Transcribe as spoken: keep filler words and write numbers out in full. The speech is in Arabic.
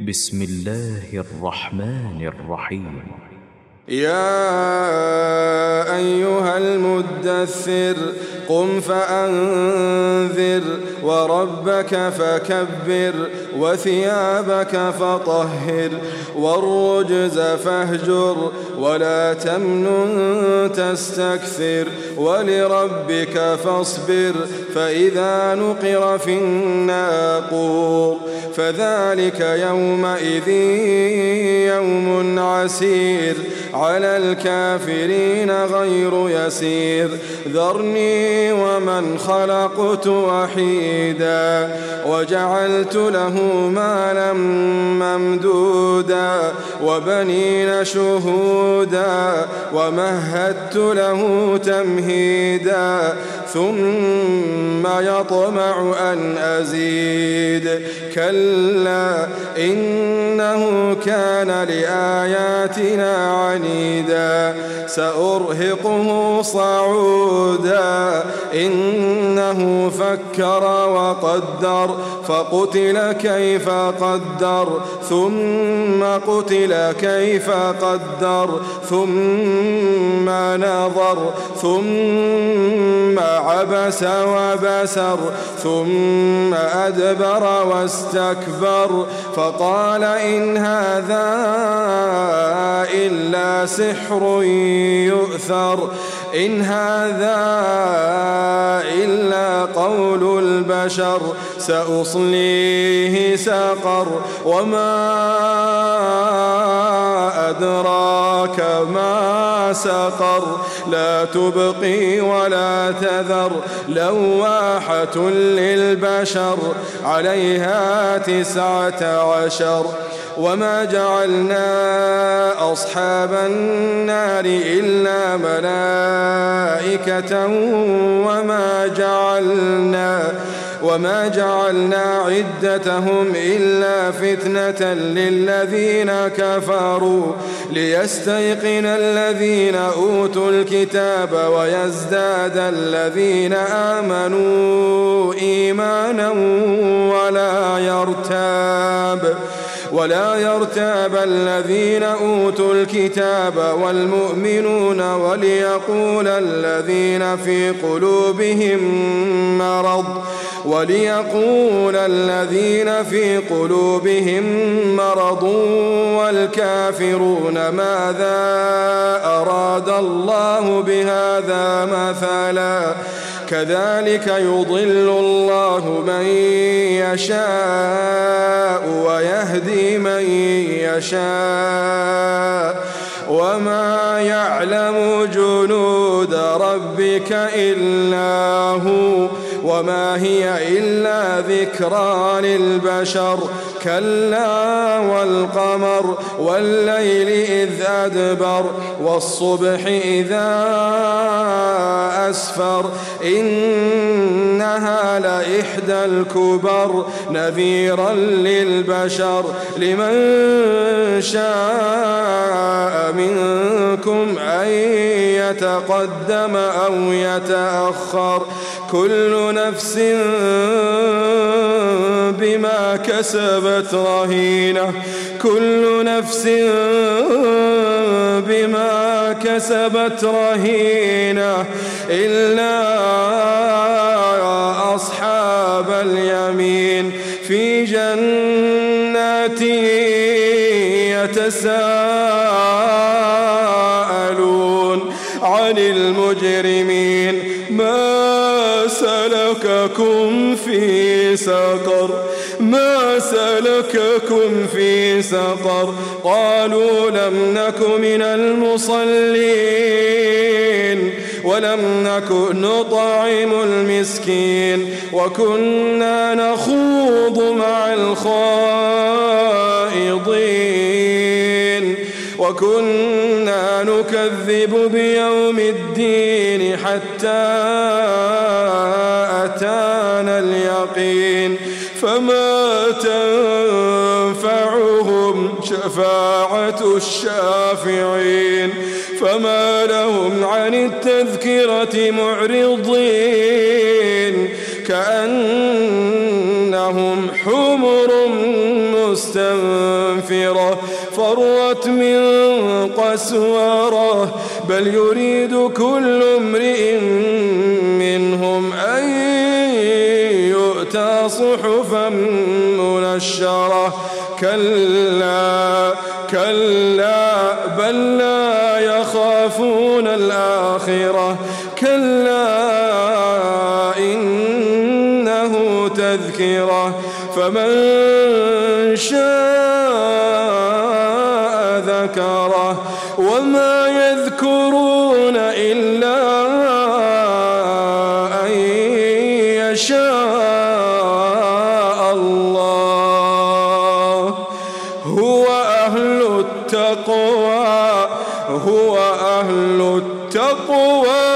بسم الله الرحمن الرحيم. يا أيها المدثر قم فأنذر وربك فكبر وثيابك فطهر والرجز فاهجر ولا تمنن تستكثر ولربك فاصبر فإذا نقر في الناقور فذلك يومئذ يوم عسير على الكافرين غير يسير ذرني ومن خلقت وحيدا وجعلت له مالا ممدودا وبنين شهودا ومهدت له تمهيدا ثم يطمع أن أزيد كلا إنه كان لآياتنا عنيدا سأرهقه صعودا إنه فكر وقدر فقتل كيف قدر ثم قتل كيف قدر ثم نظر ثم عبس وبسر ثم أدبر واستكبر فقال إن هذا إلا سحر يؤثر إن هذا إلا قول البشر سأصليه سقر وما أدراك ما سقر لا تبقي ولا تذر لواحة للبشر عليها تسعة عشر وما جعلنا أصحاب النار إلا ملائكة وما جعلنا وما جعلنا عدتهم إلا فتنة للذين كفروا ليستيقن الذين أوتوا الكتاب ويزداد الذين آمنوا إيمانا ولا يرتاب ولا يرتاب الذين أوتوا الكتاب والمؤمنون وليقول الذين في قلوبهم مرض وليقول الذين في قلوبهم مرض والكافرون ماذا أراد الله بهذا مثلا كذلك يضل الله من يشاء ويهدي من يشاء وما يعلم جنود ربك إلا هو وما هي إلا ذكرى للبشر كلا والقمر والليل إذ أدبر والصبح إذا أسفر إنها لإحدى الكبر نذيرا للبشر لمن شاء منكم أن يتقدم أو يتأخر كل نفس بما كسبت رهينة كل نفس بما كسبت رهينة إلا أصحاب اليمين في جنات يتساءلون عن المجرمين ما سلككم في سقر ما سلككم في سقر قالوا لم نك من المصلين ولم نك نطعم المسكين وكنا نخوض مع الخائضين وكنا نكذب بيوم الدين حتى أتانا اليقين فما تنفعهم شفاعة الشافعين فما لهم عن التذكرة معرضين كأنهم حمر مستنفرة فرت من قسورة بل يريد كل امرئ منهم أن يؤتى صحفا منشرة كلا كلا بل لا يخافون الآخرة كلا إنه تذكرة فمن شاء ذكره وما يذكرون إلا أن يشاء الله هو أهل التقوى هو أهل التقوى